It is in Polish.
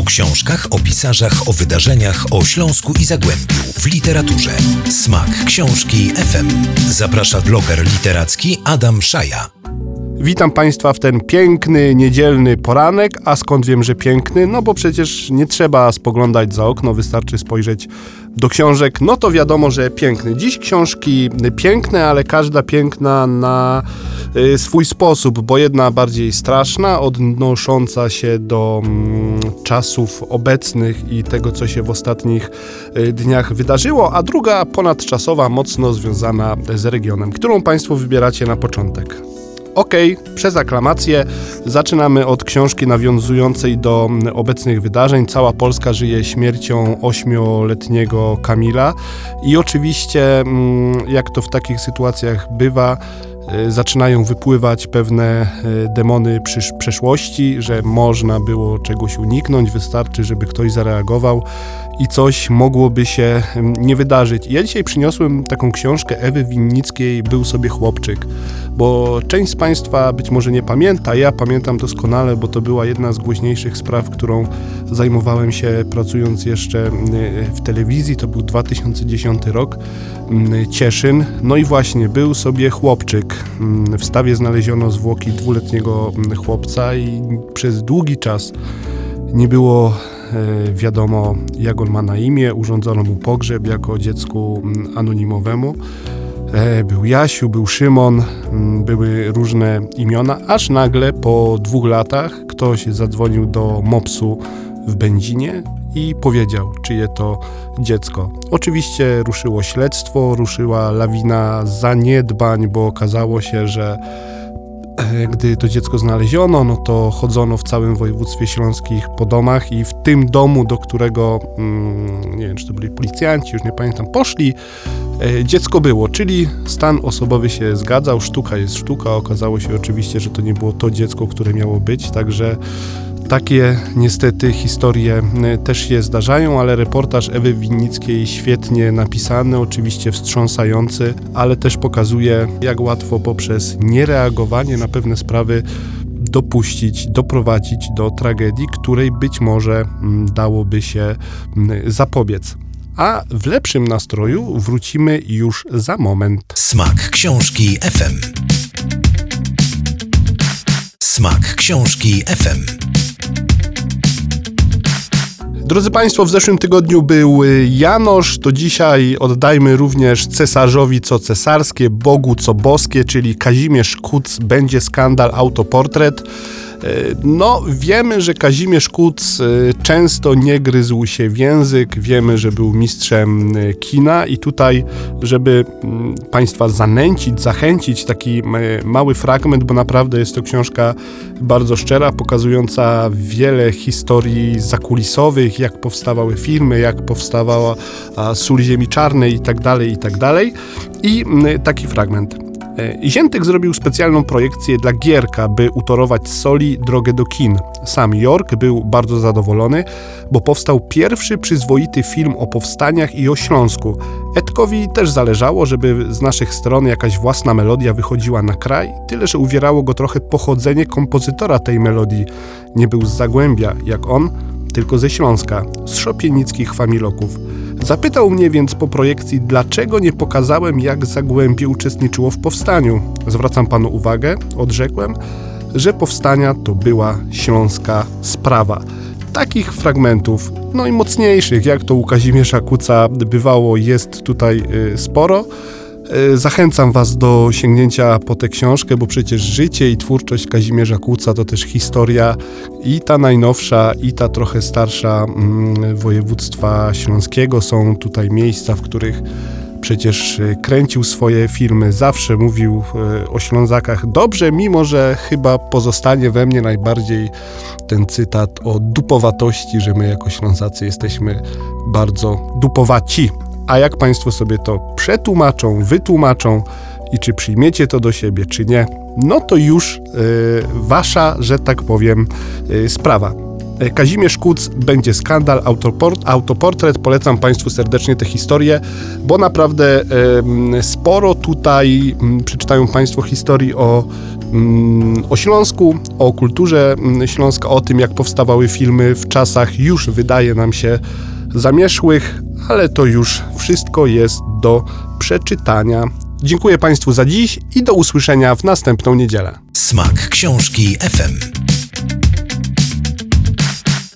książkach, o pisarzach, o wydarzeniach, o Śląsku i Zagłębiu, w literaturze. Smak Książki FM. Zaprasza bloger literacki Adam Szaja. Witam Państwa w ten piękny, niedzielny poranek. A skąd wiem, że piękny? No bo przecież nie trzeba spoglądać za okno, wystarczy spojrzeć do książek. No to wiadomo, że piękny. Dziś książki piękne, ale każda piękna na swój sposób, bo jedna bardziej straszna, odnosząca się do czasów obecnych i tego, co się w ostatnich dniach wydarzyło, a druga ponadczasowa, mocno związana z regionem. Którą Państwo wybieracie na początek? Przez aklamację zaczynamy od książki nawiązującej do obecnych wydarzeń. Cała Polska żyje śmiercią 8-letniego Kamila i oczywiście, jak to w takich sytuacjach bywa, zaczynają wypływać pewne demony przeszłości, że można było czegoś uniknąć, wystarczy, żeby ktoś zareagował i coś mogłoby się nie wydarzyć. Ja dzisiaj przyniosłem taką książkę Ewy Winnickiej „Był sobie chłopczyk”, bo część z Państwa być może nie pamięta, ja pamiętam doskonale, bo to była jedna z głośniejszych spraw, którą zajmowałem się pracując jeszcze w telewizji. To był 2010 rok, Cieszyn. No i właśnie, był sobie chłopczyk. W stawie znaleziono zwłoki 2-letniego chłopca i przez długi czas nie było wiadomo, jak on ma na imię. Urządzono mu pogrzeb jako dziecku anonimowemu. Był Jasiu, był Szymon, były różne imiona, aż nagle po 2 latach ktoś zadzwonił do MOPS-u w Będzinie i powiedział, czyje to dziecko. Oczywiście ruszyło śledztwo, ruszyła lawina zaniedbań, bo okazało się, że gdy to dziecko znaleziono, no to chodzono w całym województwie śląskich po domach i w tym domu, do którego, nie wiem, czy to byli policjanci, już nie pamiętam, poszli, dziecko było, czyli stan osobowy się zgadzał, sztuka jest sztuka. Okazało się oczywiście, że to nie było to dziecko, które miało być, także takie niestety historie też się zdarzają, ale reportaż Ewy Winnickiej świetnie napisany, oczywiście wstrząsający, ale też pokazuje, jak łatwo poprzez niereagowanie na pewne sprawy doprowadzić do tragedii, której być może dałoby się zapobiec. A w lepszym nastroju wrócimy już za moment. Smak Książki FM. Smak Książki FM. Drodzy Państwo, w zeszłym tygodniu był Janosz, to dzisiaj oddajmy również cesarzowi co cesarskie, Bogu co boskie, czyli Kazimierz Kuc, Będzie skandal, autoportret. No, wiemy, że Kazimierz Kuc często nie gryzł się w język, wiemy, że był mistrzem kina i tutaj, żeby Państwa zanęcić, zachęcić, taki mały fragment, bo naprawdę jest to książka bardzo szczera, pokazująca wiele historii zakulisowych, jak powstawały filmy, jak powstawała Sól ziemi czarnej i tak dalej. I taki fragment. Ziętek zrobił specjalną projekcję dla Gierka, by utorować z Soli drogę do kin. Sam York był bardzo zadowolony, bo powstał pierwszy przyzwoity film o powstaniach i o Śląsku. Edkowi też zależało, żeby z naszych stron jakaś własna melodia wychodziła na kraj, tyle że uwierało go trochę pochodzenie kompozytora tej melodii. Nie był z Zagłębia, jak on, tylko ze Śląska, z szopienickich familoków. Zapytał mnie więc po projekcji, dlaczego nie pokazałem, jak Zagłębie uczestniczyło w powstaniu. Zwracam panu uwagę, odrzekłem, że powstania to była śląska sprawa. Takich fragmentów, no i mocniejszych, jak to u Kazimierza Kuca bywało, jest tutaj sporo. Zachęcam Was do sięgnięcia po tę książkę, bo przecież życie i twórczość Kazimierza Kuca to też historia i ta najnowsza, i ta trochę starsza województwa śląskiego. Są tutaj miejsca, w których przecież kręcił swoje filmy, zawsze mówił o Ślązakach dobrze, mimo że chyba pozostanie we mnie najbardziej ten cytat o dupowatości, że my jako Ślązacy jesteśmy bardzo dupowaci. A jak Państwo sobie to przetłumaczą, wytłumaczą i czy przyjmiecie to do siebie, czy nie, no to już Wasza, że tak powiem, sprawa. Kazimierz Kuc, Będzie skandal, autoportret. Polecam Państwu serdecznie tę historię, bo naprawdę sporo tutaj przeczytają Państwo historii o o Śląsku, o kulturze Śląska, o tym, jak powstawały filmy w czasach już, wydaje nam się, zamierzchłych, ale to już wszystko jest do przeczytania. Dziękuję Państwu za dziś i do usłyszenia w następną niedzielę. Smak Książki FM.